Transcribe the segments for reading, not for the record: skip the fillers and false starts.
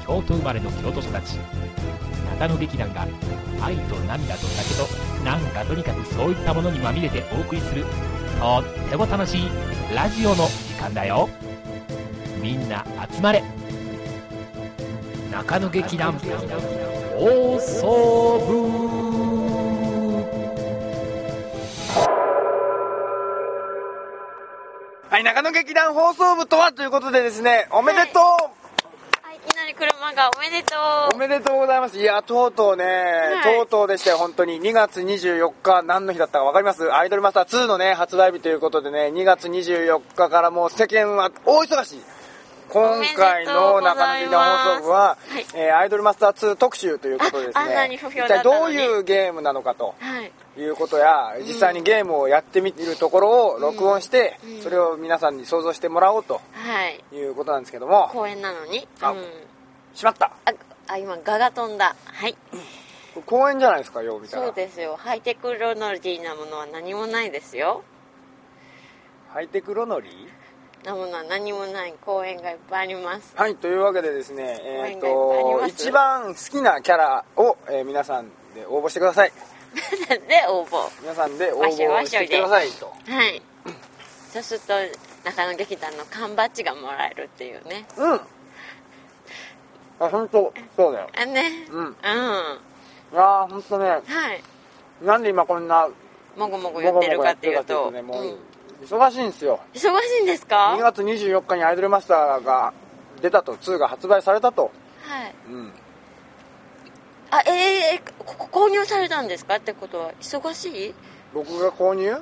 京都生まれの京都育ち、中野劇団が愛と涙と酒となんかとにかくそういったものにまみれてお送りするとっても楽しいラジオの時間だよ。みんな集まれ、中野劇団放送部。 はい、中野劇団放送部とはということでですね、おめでとう、 はい、いきなり車がおめでとう。 おめでとうございます。いや、とうとうね、とうとうでしたよ、本当に。2月24日、何の日だったか分かります？アイドルマスター2のね、発売日ということでね、2月24日からもう世間は大忙しい。今回の中野劇団放送部は、アイドルマスター2特集ということでですね、一体どういうゲームなのかということや、実際にゲームをやってみるところを録音して、それを皆さんに想像してもらおうということなんですけども、 公演なのに、 しまった。 今ガが飛んだ。はい、 公園じゃないですか、よう見たら。 そうですよ。ハイテクロノリーなものは何もないですよ。 ハイテクロノリーなものは何もない公園がいっぱいあります。 はい、というわけでですね、一番好きなキャラを、皆さんで応募してください。皆さんで応募してくださいと。 はい。そうすると中野劇団の缶バッジがもらえるっていうね。 本当そうだよ。 ね。 いや本当ね。 はい。 なんで今こんなもごもご言ってるかっていうと、 もう忙しいんですよ。 忙しいんですか？ 2 月24日にアイドルマスターが出たと、2が発売されたと。 はい。購入されたんですかってことは忙しい？僕が購入？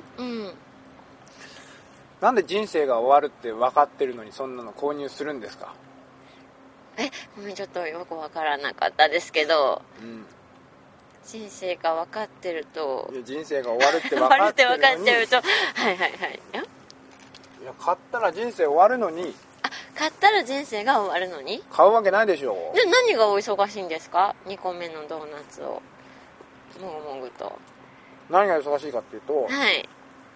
なんで人生が終わるって分かってるのにそんなの購入するんですか？ ごめん、ちょっとよく分からなかったですけど、人生が分かってると、 人生が終わるって分かってるのにはいいや、買ったら人生終わるのに、 買ったら人生が終わるのに買うわけないでしょ。 で、何がお忙しいんですか？2個目のドーナツをもぐもぐと。 何が忙しいかっていうと、 はい。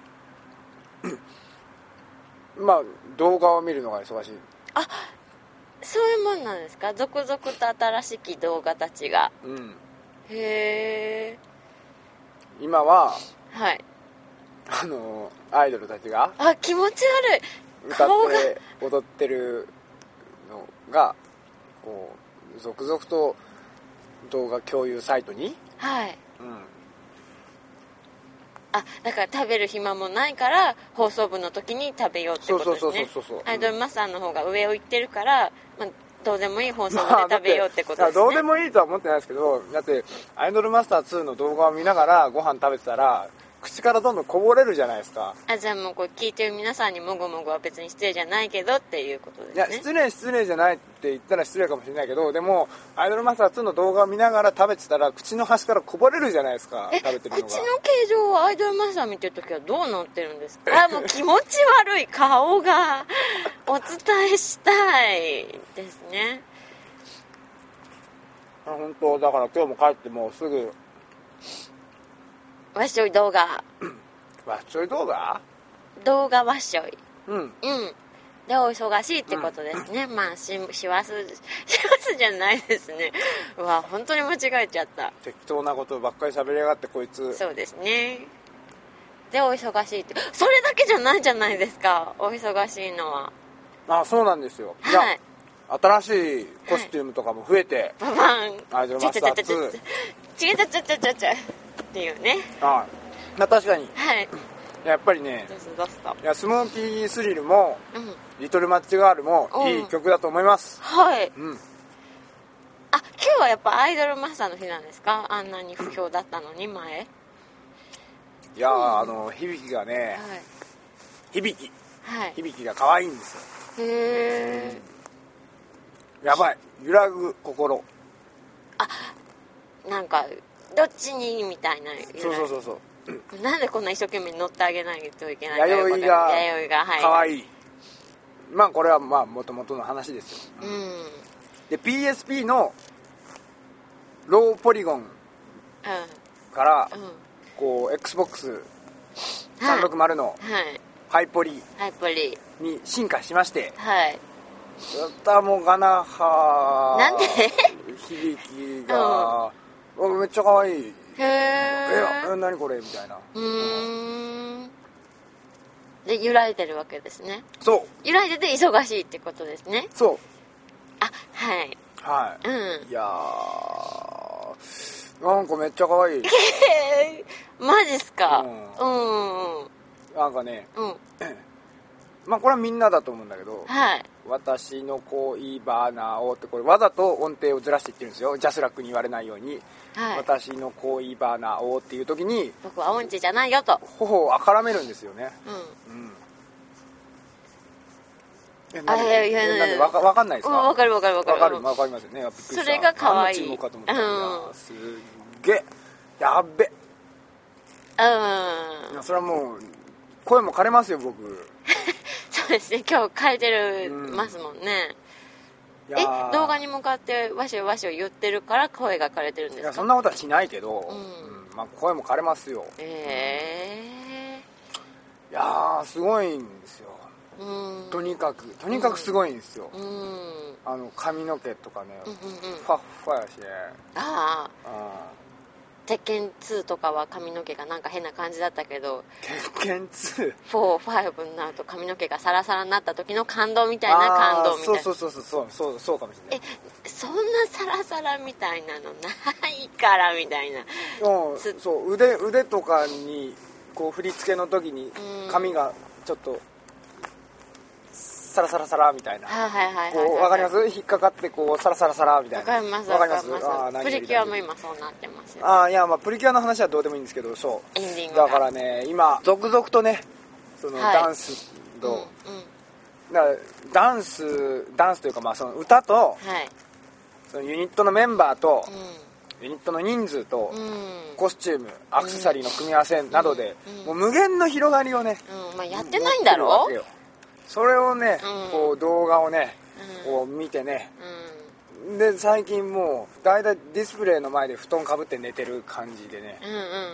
まあ動画を見るのが忙しい。 そういうもんなんですか？続々と新しき動画たちが。へえ。 今ははい。 アイドルたちが気持ち悪い。 歌って踊ってるのがこう続々と動画共有サイトに。 はい。だから食べる暇もないから放送部の時に食べようってことですね。アイドルマスターの方が上を行ってるから、どうでもいい放送部で食べようってことですね。 どうでもいいとは思ってないですけど、だってアイドルマスター2の動画を見ながらご飯食べてたら口からどんどんこぼれるじゃないですか。 じゃあもうこれ聞いてる皆さんにもぐもぐは別に失礼じゃないけどっていうことですね。 いや、失礼じゃないって言ったら失礼かもしれないけど、でもアイドルマスター2の動画を見ながら食べてたら口の端からこぼれるじゃないですか。食べてるのが。 口の形状はアイドルマスター見てるときはどうなってるんですか？もう気持ち悪い顔がお伝えしたいですね。 本当だから今日も帰ってもうすぐわっしょい動画わっしょい動画わっしょいでお忙しいってことですね。師走じゃないですね。うわ、本当に間違えちゃった。 適当なことばっかり喋りやがってこいつ。 そうですね。でお忙しいってそれだけじゃないじゃないですか、お忙しいのは。 そうなんですよ。はい。新しいコスチュームとかも増えて、 ババンアイドルマスター2 ちっていうね。 確かに。 はい。 やっぱりね、 いやスモーキースリルも、リトルマッチガールもいい曲だと思います。 はい。今日はやっぱアイドルマスターの日なんですか？あんなに不評だったのに前。 いや響がね、響が可愛いんですよ。 へー。やばい、揺らぐ心。 なんかどっちにみたいな。 そうなんでこんな一生懸命乗ってあげないといけないか。弥生が可愛い。これはもともとの話ですよ。で PSP のローポリゴンから、こう Xbox360 のハイポリに進化しまして、 歌もガナハなんで響きが、めっちゃ可愛い。何これみたいな。 で揺らいでるわけですね。 そう。 揺らいでて忙しいってことですね。 そう。 はいはい。いやー、なんかめっちゃ可愛い。 マジっすか。 なんかね、まあこれはみんなだと思うんだけど、 はい。 私の恋バナをってこれわざと音程をずらして言ってるんですよ。ジャスラックに言われないように。はい、私の恋バナをっていう時に僕は音痴じゃないよと頬をあからめるんですよね。なんでわかんないですか？ わかるわかりますよね。 それが可愛い。 何の注目かと思ったら、すっげえやっべ。それはもう声も枯れますよ僕。 そうですね。今日枯れてますもんね。動画に向かってわしわしを言ってるから声が枯れてるんですか？ いやそんなことはしないけど、まあ声も枯れますよ。いやーすごいんですよ。とにかくすごいんですよ。髪の毛とかね、ファッファやしね。 鉄拳2とかは髪の毛がなんか変な感じだったけど、 鉄拳 2？4、 5になると髪の毛がサラサラになった時の感動みたいな感動みたいな。 そうかもしれない。 そんなサラサラみたいなのないからみたいな。 そう腕とかにこう振り付けの時に髪がちょっとサラサラサラみたいな。わかります？引っかかってこうサラサラサラみたいな。 わかります。プリキュアも今そうなってますよ。 いやまあプリキュアの話はどうでもいいんですけど、そうエンディングがだからね今続々とねそのダンスとだからダンスというかまあその歌とそのユニットのメンバーとユニットの人数とコスチュームアクセサリーの組み合わせなどでもう無限の広がりをねやってないんだろ。 それをねこう動画をねこう見てねで最近もうだいたいディスプレイの前で布団かぶって寝てる感じでね。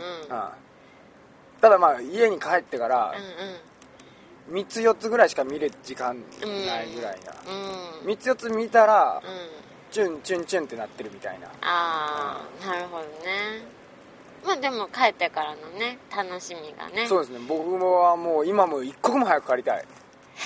ただまあ家に帰ってから3つ4つぐらいしか見る時間ないぐらいな。3つ4つ見たらチュンチュンチュンってなってるみたいな。 なるほどね。まあでも帰ってからのね楽しみがね。 そうですね。僕はもう今も一刻も早く帰りたい。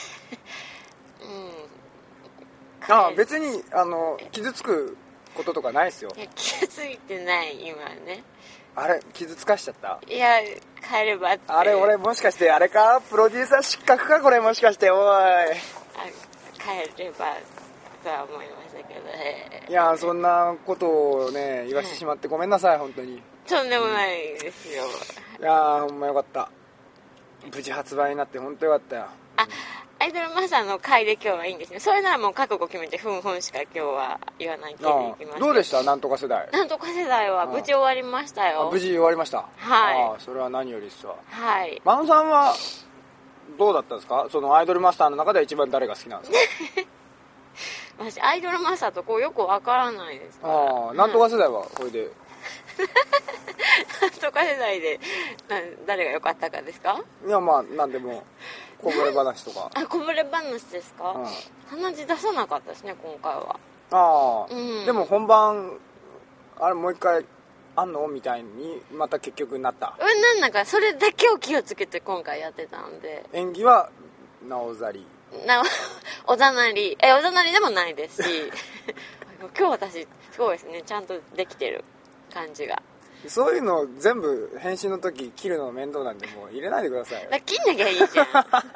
別に傷つくこととかないですよ。 いや傷ついてない今ね。 あれ傷つかしちゃった。 いや帰ればって。 あれ俺もしかしてあれかプロデューサー失格かこれもしかして。おい帰ればとは思いましたけどね。 いやそんなことをね言わしてしまってごめんなさい本当に。 とんでもないですよ。 いやほんまよかった。無事発売になって本当よかったよ。 アイドルマスターの回で今日はいいんですね。それならもう覚悟決めてふんふんしか今日は言わないけどいきます。 どうでしたなんとか世代。 なんとか世代は無事終わりましたよ。 無事終わりました。 はい。 それは何よりですわ。 はい。 マノさんはどうだったんですか？そのアイドルマスターの中で一番誰が好きなんですか？ 私アイドルマスターとこうよくわからないですから。 なんとか世代はこれでなんとか世代で誰が良かったかですか？ いやまあ何でもこぼれ話とか。 こぼれ話ですか？鼻血出さなかったですね今回は。 でも本番あれもう一回あんのみたいにまた結局なった。 なんかそれだけを気をつけて今回やってたんで。 演技はなおざりおざなりでもないですし今日私すごいですねちゃんとできてる感じが。 そういうの全部編集の時切るの面倒なんでもう入れないでください。 切んなきゃいいじゃ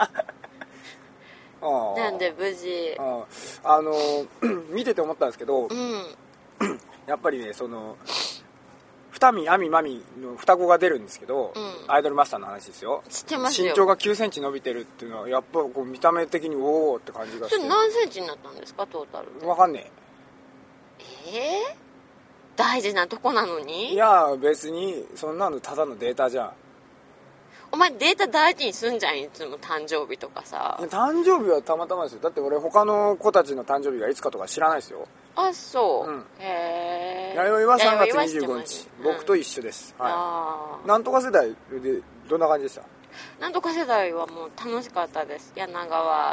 ん。なんで無事見てて思ったんですけど、やっぱりねその二見亜美真美の双子が出るんですけど、アイドルマスターの話ですよ。 知ってますよ。 身長が9センチ伸びてるっていうのはやっぱこう見た目的におおって感じがして。 それ何センチになったんですかトータル。 わかんねえ。大事なとこなのに。 いや別にそんなのただのデータじゃん。 お前データ大事にすんじゃんいつも誕生日とかさ。 誕生日はたまたまですよ。だって俺他の子たちの誕生日がいつかとか知らないですよ。 そう、 へえ。弥生は3月25日僕と一緒です、なんとか世代でどんな感じでした？ なんとか世代はもう楽しかったです。柳川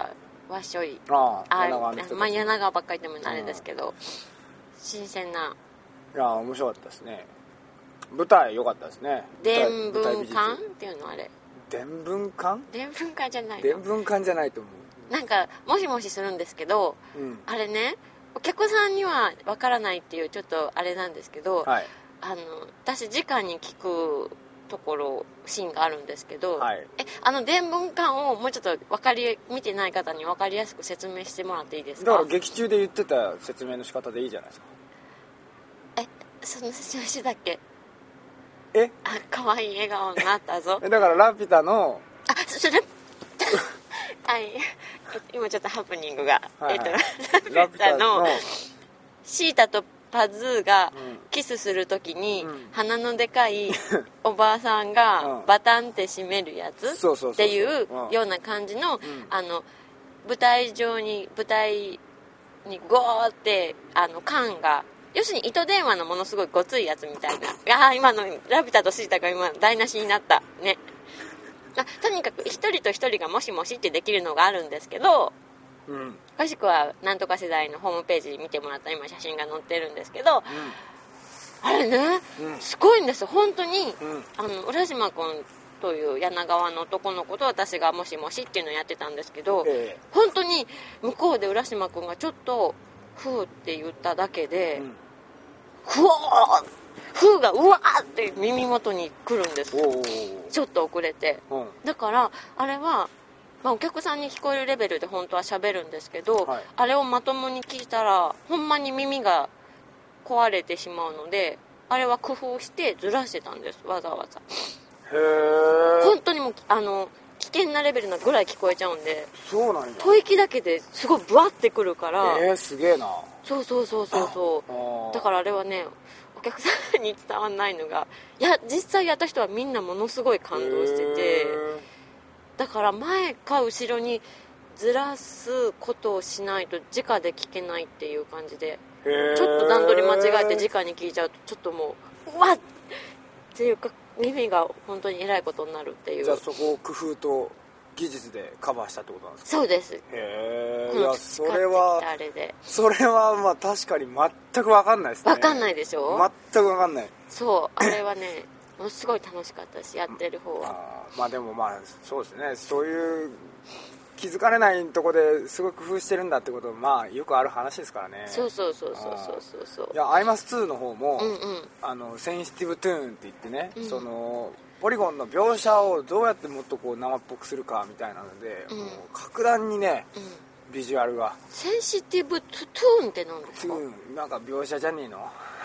わっしょい柳川ばっかりでもあれですけど、新鮮な。 いや面白かったですね。舞台良かったですね。 伝文館っていうのあれ。 伝文館じゃないの。 伝文館じゃないと思う。 なんかもしもしするんですけど、あれねお客さんにはわからないっていうちょっとあれなんですけど、 はい、 私直に聞くところシーンがあるんですけど、 はい、 伝文館をもうちょっと見てない方に分かりやすく説明してもらっていいですか。 だから劇中で言ってた説明の仕方でいいじゃないですか。 その説明してたっけ。可愛い笑顔になったぞ。 だからラピュタのそれはい今ちょっとハプニングが、ラピュタのシータとパズーがキスするときに、鼻のでかいおばあさんがバタンって閉めるやつっていうような感じの、舞台にゴーって缶が、要するに糸電話のものすごいごついやつみたいな。今のラピュタとシータが今台無しになったね。とにかく一人と一人がもしもしってできるのがあるんですけど、詳しくはなんとか世代のホームページ見てもらったら今写真が載ってるんですけど、あれね、すごいんですよ本当に。浦島君という柳川の男の子と私がもしもしっていうのをやってたんですけど、本当に向こうで浦島君がちょっとフーって言っただけで、フーがうわーって耳元に来るんです。ちょっと遅れて、だからあれは、お客さんに聞こえるレベルで本当は喋るんですけど、あれをまともに聞いたらほんまに耳が壊れてしまうので、あれは工夫してずらしてたんです、わざわざ。 へー。 本当にもう危険なレベルなぐらい聞こえちゃうんで。 そうなんや。 吐息だけですごいブワってくるから。 すげえな。 そうだからあれはね、お客さんに伝わんないのが、実際やった人はみんなものすごい感動してて、だから前か後ろにずらすことをしないと直で聞けないっていう感じで、ちょっと段取り間違えて直に聞いちゃうとちょっともううわっっていうか耳が本当にえらいことになるっていう。 じゃあそこを工夫と技術でカバーしたってことなんですか。 そうです。 へえ。 いやそれはまあ確かに全く分かんないですね。 分かんないでしょ。 全く分かんない。 そうあれはねものすごい楽しかったし、やってる方は。 まあでもそうですね、そういう気づかれないとこですごい工夫してるんだってことはよくある話ですからね。 そう。 いやアイマス2の方も、センシティブトゥーンって言ってね、そのポリゴンの描写をどうやってもっとこう生っぽくするかみたいなので、もう格段にね、ビジュアルが。 センシティブトゥーンって何ですか。 なんか描写じゃねえの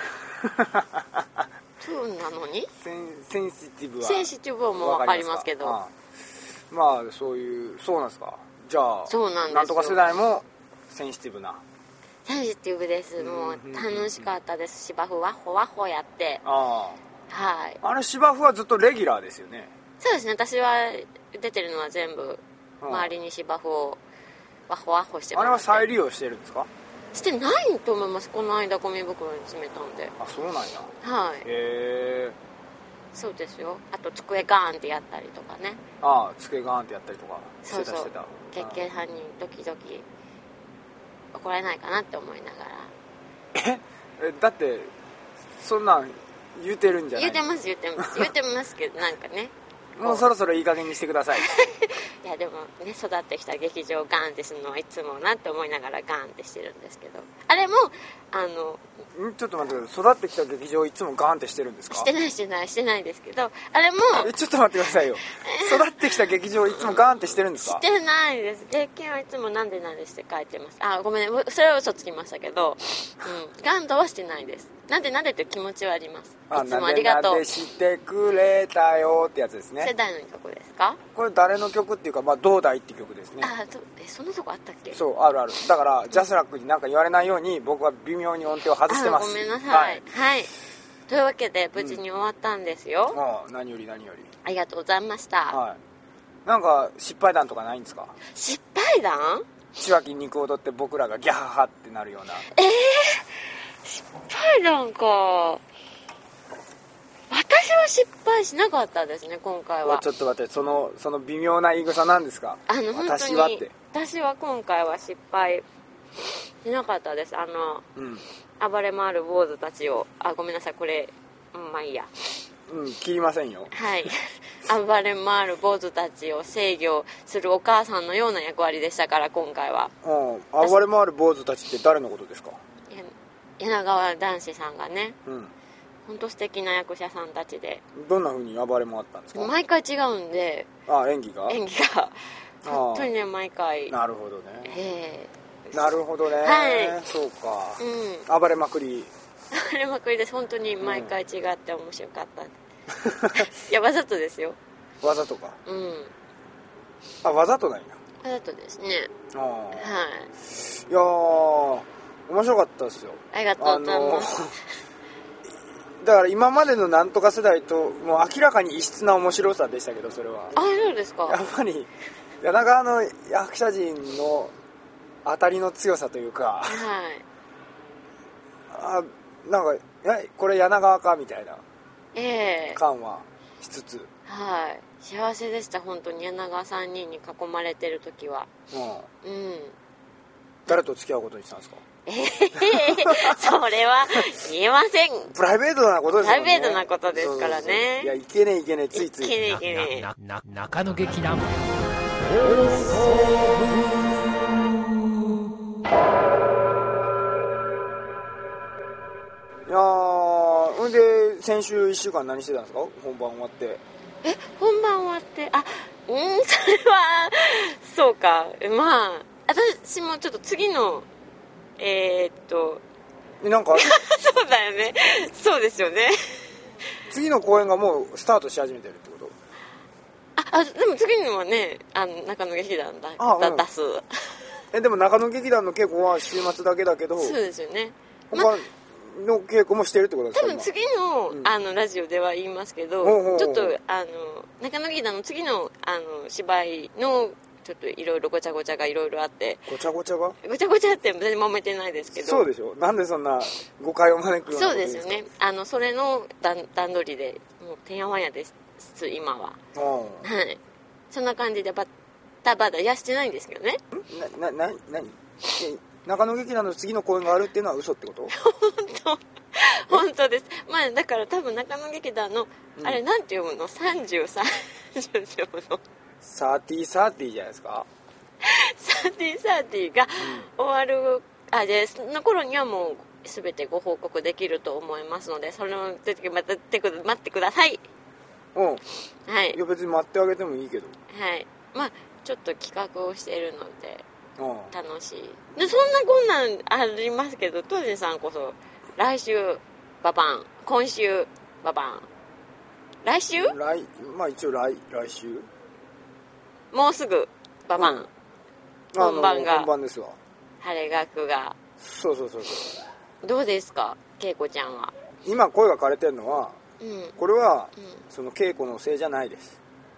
トゥーンなのにセンシティブはもう分かりますけど、 そうなんですか。じゃあそうなんですよ。 なんとか世代もセンシティブです。もう楽しかったです。芝生ワッホワッホやって。 あれ芝生はずっとレギュラーですよね。 そうですね、私は出てるのは全部周りに芝生をワッホワッホしてもらって。 あれは再利用してるんですか。 してないと思います。この間ゴミ袋に詰めたんで。 そうなんや。 はい。 へえ。 そうですよ。あと机ガーンってやったりとかね。 机ガーンってやったりとかしてた。 月経班にドキドキ怒られないかなって思いながら。 だってそんなん言うてるんじゃない。 言うてますけどなんかね。 もうそろそろいい加減にしてください。 いやでもね、育ってきた劇場をガーンってするのはいつもなって思いながらガーンってしてるんですけど、あれもちょっと待ってください。育ってきた劇場をいつもガーンってしてるんですか。 してないですけど、あれもちょっと待ってくださいよ。育ってきた劇場をいつもガーンってしてるんですか。 してないです。経験はいつもなんでって書いてます。ごめんね、それは嘘つきましたけど、ガンとはしてないです。なんでって気持ちはあります。いつもありがとう。 なんでしてくれたよってやつですね。 世代の曲ですか。 これ誰の曲っていうか、同大って曲ですね。 そんなとこあったっけ。 そう、ある。だからジャスラックに何か言われないように僕は微妙に音程を外してます。 ごめんなさい。はい。というわけで無事に終わったんですよ。 何より。 ありがとうございました。 なんか失敗談とかないんですか。 失敗談。 千脇肉踊って僕らがギャハハってなるような。 失敗談か。私私は失敗しなかったですね今回は。 ちょっと待って、その微妙な言い草なんですか？ 本当に私はって。 私は今回は失敗しなかったです。暴れ回る坊主たちをごめんなさい、これまあいいや、 切りませんよ。 はい。暴れ回る坊主たちを制御するお母さんのような役割でしたから今回は。 暴れ回る坊主たちって誰のことですか？ 柳川男子さんがね、本当素敵な役者さんたちで。 どんな風に暴れ回ったんですか？ 毎回違うんで。 演技が本当にね毎回。 なるほどね。なるほどね。 はい。 そうか。暴れまくり。 暴れまくりです。本当に毎回違って面白かった。いやわざとですよ。 わざとか。わざとないな。 わざとですね。はい。 いやー面白かったですよ。 ありがとうございます。 だから今までのなんとか世代ともう明らかに異質な面白さでしたけど、それは。 そうですか。 やっぱり柳川の役者陣の当たりの強さというか、なんかこれ柳川かみたいな感はしつつ、 幸せでした本当に。柳川3人に囲まれてる時は。 誰と付き合うことにしたんですか？ それは言えません。 プライベートなことですもんね。 プライベートなことですからね。 いや、いけねえついつい。 いけねえ。 中野劇団いやー、で先週1週間何してたんですか？本番終わって。 本番終わってそれはそうか。まあ私もちょっと次のなんかそうだよね。そうですよね。 次の公演がもうスタートし始めてるってこと？ でも次のはね中野劇団出す。 でも中野劇団の稽古は週末だけだけど。 そうですよね。 他の稽古もしてるってことですか？ 多分次の、ラジオでは言いますけど、ちょっと中野劇団の次の芝居のちょっといろいろごちゃごちゃがいろいろあって。 ごちゃごちゃが？ ごちゃごちゃって全然揉めてないですけど。 そうでしょ。なんでそんな誤解を招くようなことですか？ そうですよね。それの段取りでもうてんやわんやです今は。はい。そんな感じでバタバタやしてないんですけどね。 何中野劇団の次の公演があるっていうのは嘘ってこと？ 本当です。まあだから多分中野劇団の、あれなんて読むの？30読むの 30じゃないですか。 30が終わる、でその頃にはもう全てご報告できると思いますので、それを待ってください。はい。 いや別に待ってあげてもいいけど。 はい。まあちょっと企画をしているので楽しい。でそんなこんなんありますけど、当時さんこそ来週ババン、今週ババン、来週？ まあ一応来週。 もうすぐババン。本番ですわ。 晴れ学が。 そう。 どうですか、恵子ちゃんは。 今声が枯れてるのは、これは、その稽古のせいじゃないです。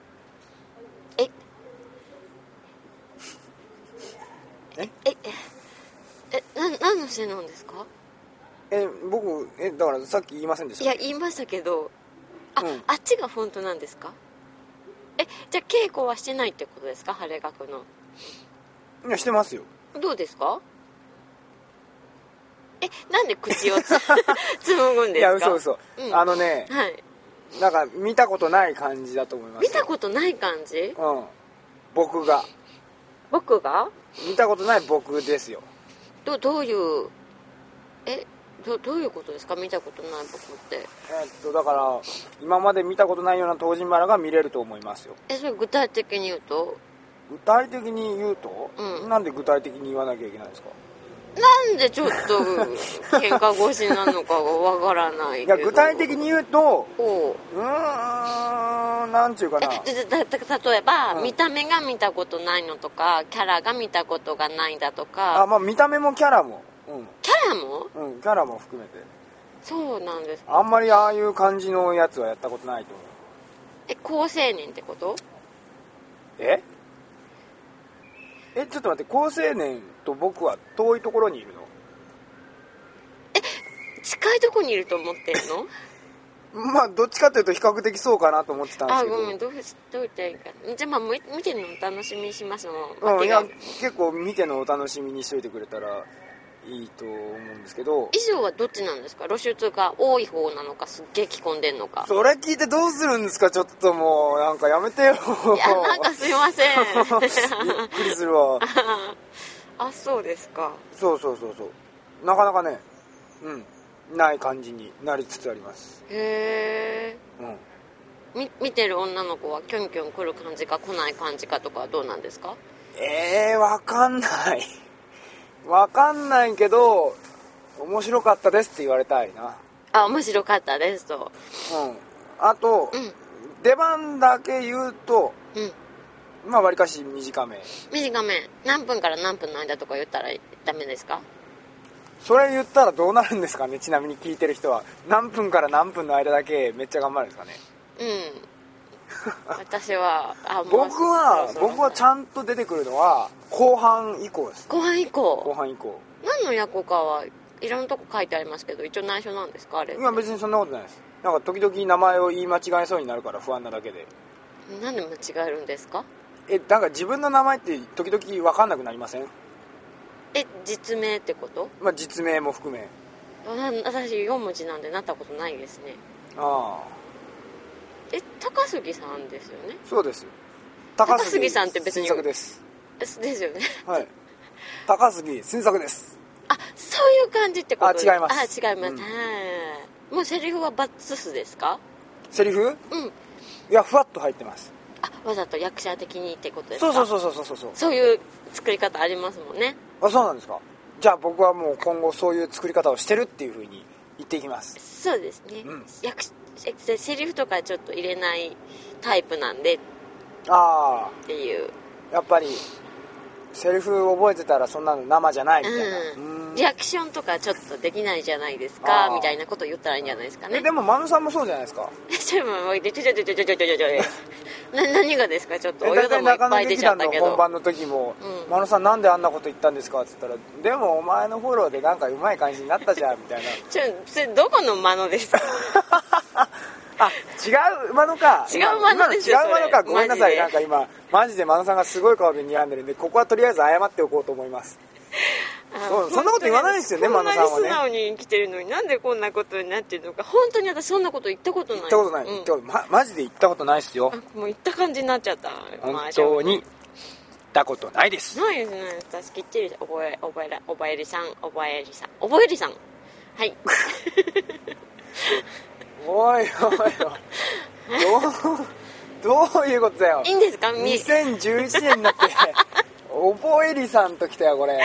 何のせいなんですか？ 僕だからさっき言いませんでした？ いや言いましたけど、あっちが本当なんですか？じゃあ稽古はしてないってことですか？晴れ学の。 いやしてますよ。 どうですか？なんで口を紡ぐんですか？ いや嘘、なんか見たことない感じだと思います。 見たことない感じ？ 僕が見たことない僕ですよ。 どういうどういうことですか？見たことない僕って。 だから今まで見たことないような東尋原が見れると思いますよ。 それ具体的に言うと？ なんで具体的に言わなきゃいけないんですか？ なんでちょっと喧嘩腰なのかがわからないけど。 いや具体的に言うとなんちゅうかな、 例えば、見た目が見たことないのとか、キャラが見たことがないだとか。 まあ見た目もキャラも、 キャラも？ キャラも含めて。 そうなんです。 あんまりああいう感じのやつはやったことないと思う。 高青年ってこと？ ちょっと待って、高青年と僕は遠いところにいるの？ 近いところにいると思ってるの？ まあどっちかというと比較的そうかなと思ってたんですけど。 ごめん、どう言ったらいいか。じゃあまあ見てるのお楽しみにしますの。いや結構見てのお楽しみにしといてくれたらいいと思うんですけど。 衣装はどっちなんですか？露出が多い方なのか、すっげえ着込んでんのか。 それ聞いてどうするんですか？ちょっともうなんかやめてよ。 いや、なんかすいません。 びっくりするわ。 あ、そうですか。 そうなかなかね、ない感じになりつつあります。 へえ。見てる女の子はキョンキョン来る感じか来ない感じかとかはどうなんですか？ わかんないわかんないけど面白かったですって言われたいな。 面白かったですと。 あと、出番だけ言うと、まあわりかし短め。何分から何分の間とか言ったらダメですか？ それ言ったらどうなるんですかね。ちなみに聞いてる人は何分から何分の間だけめっちゃ頑張るんですかね。 私は僕はちゃんと出てくるのは後半以降です。 後半以降何の役かはいろんなとこ書いてありますけど、一応内緒なんですか？あれ。 いや別にそんなことないです。なんか時々名前を言い間違えそうになるから不安なだけで。 なんで間違えるんですか？ なんか自分の名前って時々分かんなくなりません？ 実名ってこと？ まあ実名も含め。 私4文字なんでなったことないですね。高杉さんですよね。 そうです。 高杉さんって別に新作ですよね。 はい。高杉新作です。 そういう感じってことですか？ 違います。 違います。もうセリフはバツスですか？ セリフ？いやふわっと入ってます。 わざと役者的にってことですか？ そういう作り方ありますもんね。 そうなんですか。じゃあ僕はもう今後そういう作り方をしてるっていう風に言っていきます。 そうですね。セリフとかちょっと入れないタイプなんでっていう。 やっぱりセリフ覚えてたらそんなの生じゃないみたいな、 リアクションとかちょっとできないじゃないですかみたいなこと言ったらいいんじゃないですかね。 でもマヌさんもそうじゃないですか。 何がですか？ちょっとおよどもいっぱい出ちゃったけど。 本番の時も、マヌさんなんであんなこと言ったんですかって言ったら、でもお前のフォローでなんかうまい感じになったじゃんみたいな。 それどこの間のですか？ 違う間のか。 違う間のですよ。 違う間のか。ごめんなさい。なんか今マジでマヌさんがすごい顔で睨んでるんで、ここはとりあえず謝っておこうと思います。そんなこと言わないですよね、マヌさんはね。 こんなに素直に生きてるのになんでこんなことになってるのか。本当に私そんなこと言ったことない。 マジで言ったことないですよ。 もう言った感じになっちゃった。 本当に言ったことないです。 ないですね。私きっちり覚えりさん。はい。 おいどういうことだよ。 いいんですか ？2011年になっておぼえりさんときたよこれ。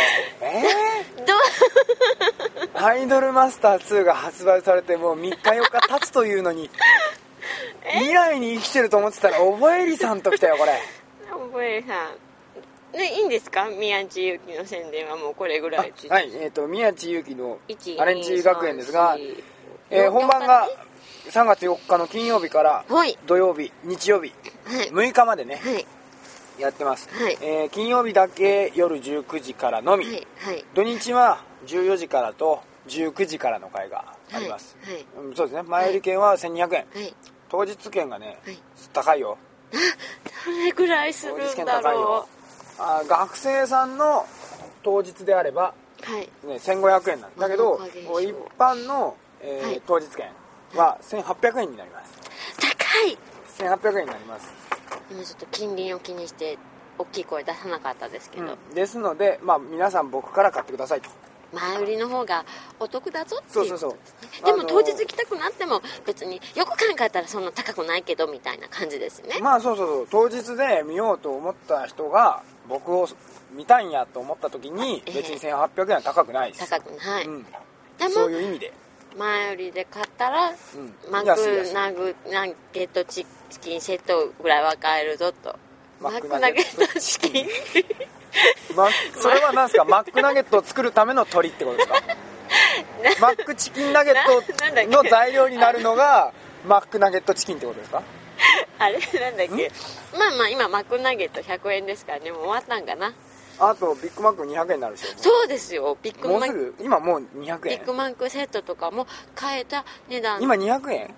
アイドルマスター2が発売されてもう3日4日経つというのに未来に生きてると思ってたらおぼえりさんときたよこれ。 おぼえりさんね、いいんですか？宮地ゆきの宣伝はもうこれぐらい。 はい、宮地ゆきのアレンジ学園ですが、本番が3月4日の金曜日から土曜日、日曜日、6日までね、やってます。金曜日だけ夜19時からのみ、土日は14時からと19時からの回があります。そうですね。前売り券は1200円、当日券がね、高いよ。 どれぐらいするんだろう。学生さんの当日であれば、1500円なんだけど、一般の当日券は1800円になります。 高い。 1800円になります。 今ちょっと近隣を気にして大きい声出さなかったですけど、 ですので、皆さん僕から買ってくださいと。 前売りの方がお得だぞっていう。でも当日来たくなっても別によく考えたらそんな高くないけどみたいな感じですね。 当日で見ようと思った人が僕を見たいんやと思った時に別に1800円は高くないです。 高くない、 でもそういう意味で前売りで買ったら、マックナゲットチキンセットぐらいは買えるぞと。マックナゲットチキンそれは何ですか？マックナゲットを作るための鳥ってことですか？マックチキンナゲットの材料になるのがマックナゲットチキンってことですか？ あれなんだっけ？今マックナゲット100円ですからね。もう終わったんかな。 あとビッグマック200円になるでしょ。 そうですよ。ビッグマックもうすぐ今もう200円。 ビッグマックセットとかも買えた値段。 今200円？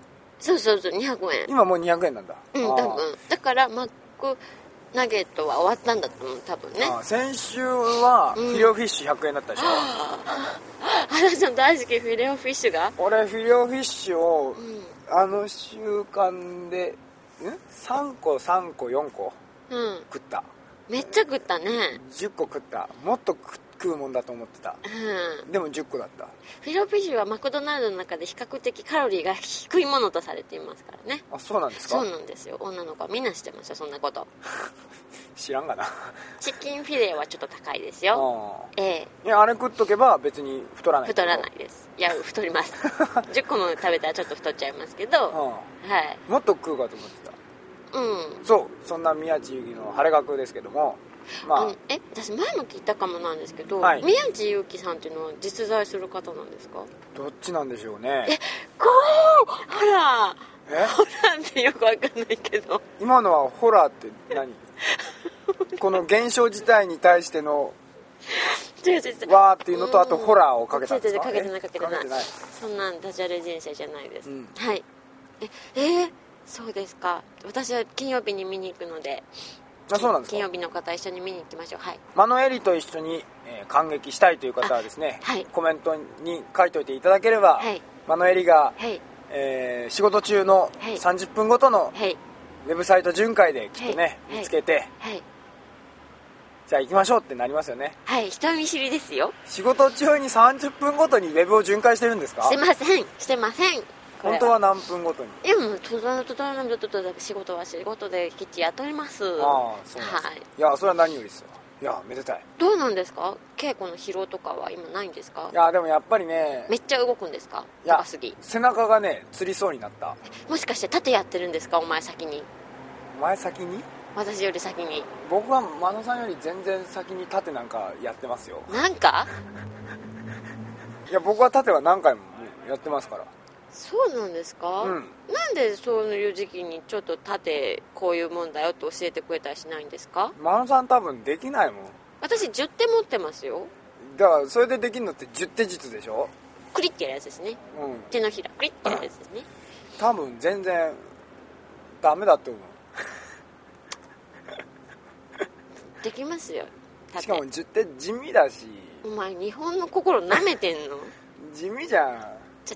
そう200円。 今もう200円なんだ。 多分だからマックナゲットは終わったんだと思う、多分ね。 先週はフィレオフィッシュ100円だったでしょ。 原さん大好きフィレオフィッシュが。 俺フィレオフィッシュを、あの週間で3個4個食った。 めっちゃ食ったね。 10個食った。もっと食うもんだと思ってた。でも10個だった。 フィレオフィッシュはマクドナルドの中で比較的カロリーが低いものとされていますからね。 あ、そうなんですか。 そうなんですよ。女の子はみんな知ってますよ、そんなこと知らんがな。 チキンフィレはちょっと高いですよ。 いや、あれ食っとけば別に太らない。 太らないです。いや、太ります10個も食べたらちょっと太っちゃいますけど、はい、 もっと食うかと思ってた。そんな宮地由紀の晴れ学ですけども、 私前も聞いたかもなんですけど、 はい、 宮地由紀さんっていうのは実在する方なんですか？ どっちなんでしょうね。 ほらホラーってよくわかんないけど、 今のはホラーって何この現象自体に対してのわーっていうのと、あとホラーをかけたんですか？ かけてないそんなダジャレ人生じゃないです、はい。そうですか。私は金曜日に見に行くので。 そうなんですか。 金曜日の方一緒に見に行きましょう。はい。 マノエリと一緒に、感激したいという方はですね、コメントに書いておいていただければ、マノエリが、仕事中の30分ごとのウェブサイト巡回できっとね、見つけて、じゃあ行きましょうってなりますよね。 はい、人見知りですよ。 仕事中に30分ごとにウェブを巡回してるんですか？ してません。 本当は何分ごとに？ いや、もう仕事は仕事できっちりやっております。そうなんです、 いや、それは何よりですよ。いや、めでたい。 どうなんですか？稽古の疲労とかは今ないんですか？ いや、でもやっぱりね、 めっちゃ動くんですか？ いや、 高すぎ。 背中がねつりそうになった。 もしかして縦やってるんですか？お前先に。私より先に。 僕は真野さんより全然先に縦なんかやってますよ。 なんかいや、僕は縦は何回もやってますから。 そうなんですか？なんでそういう時期にちょっと縦こういうもんだよって教えてくれたりしないんですか？ 真野さん多分できないもん。 私10手持ってますよ。 だからそれでできるのって10手術でしょ。 クリッてやるやつですね、手のひらクリッてやるやつですね。 多分全然ダメだと思うできますよ。 しかも10手地味だし。 お前日本の心なめてんの？ 地味じゃん。日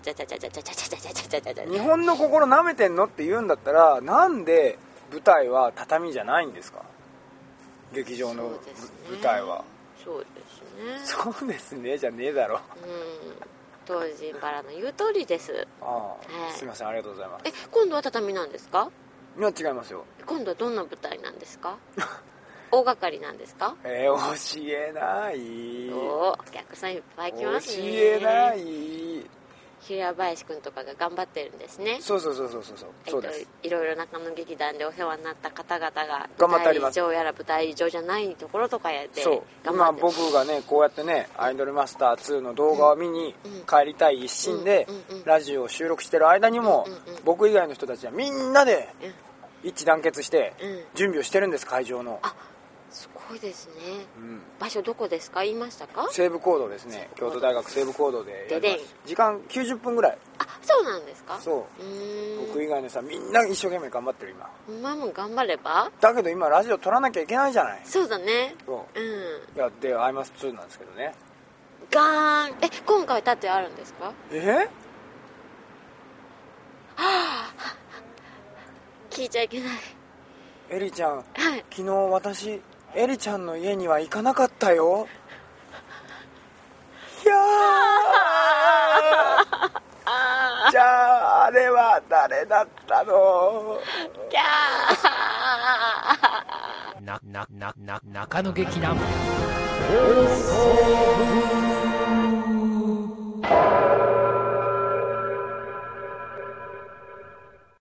日本の心なめてんのって言うんだったら、なんで舞台は畳じゃないんですか？劇場の舞台は。 そうですね。 そうですねじゃねえだろ。 東神原の言う通りです。 すいません、ありがとうございます。 今度は畳なんですか？ いや、違いますよ。 今度はどんな舞台なんですか？大掛かりなんですか？ 教えない。 お客さんいっぱい来ますね。 教えない。 平林くんとかが頑張ってるんですね。 そうです。 いろいろ中野劇団でお世話になった方々が頑張ってあります。 舞台上やら舞台上じゃないところとかやって今僕がねこうやってねアイドルマスター2の動画を見に帰りたい一心でラジオを収録してる間にも僕以外の人たちはみんなで一致団結して準備をしてるんです。会場の。 すごいですね、場所どこですか？言いましたか？ 西武講堂ですね。京都大学西武講堂でやります。時間90分ぐらい。 そうなんですか？ 僕以外のさみんな一生懸命頑張ってる今。 お前も頑張れば。 だけど今ラジオ撮らなきゃいけないじゃない。 そうだね。 いやでアイマス2なんですけどね。 ガーン。今回縦あるんですか？聞いちゃいけない。 エリちゃん、昨日私エリちゃんの家には行かなかったよ。いやじゃああれは誰だったの？ 中野劇団放送部。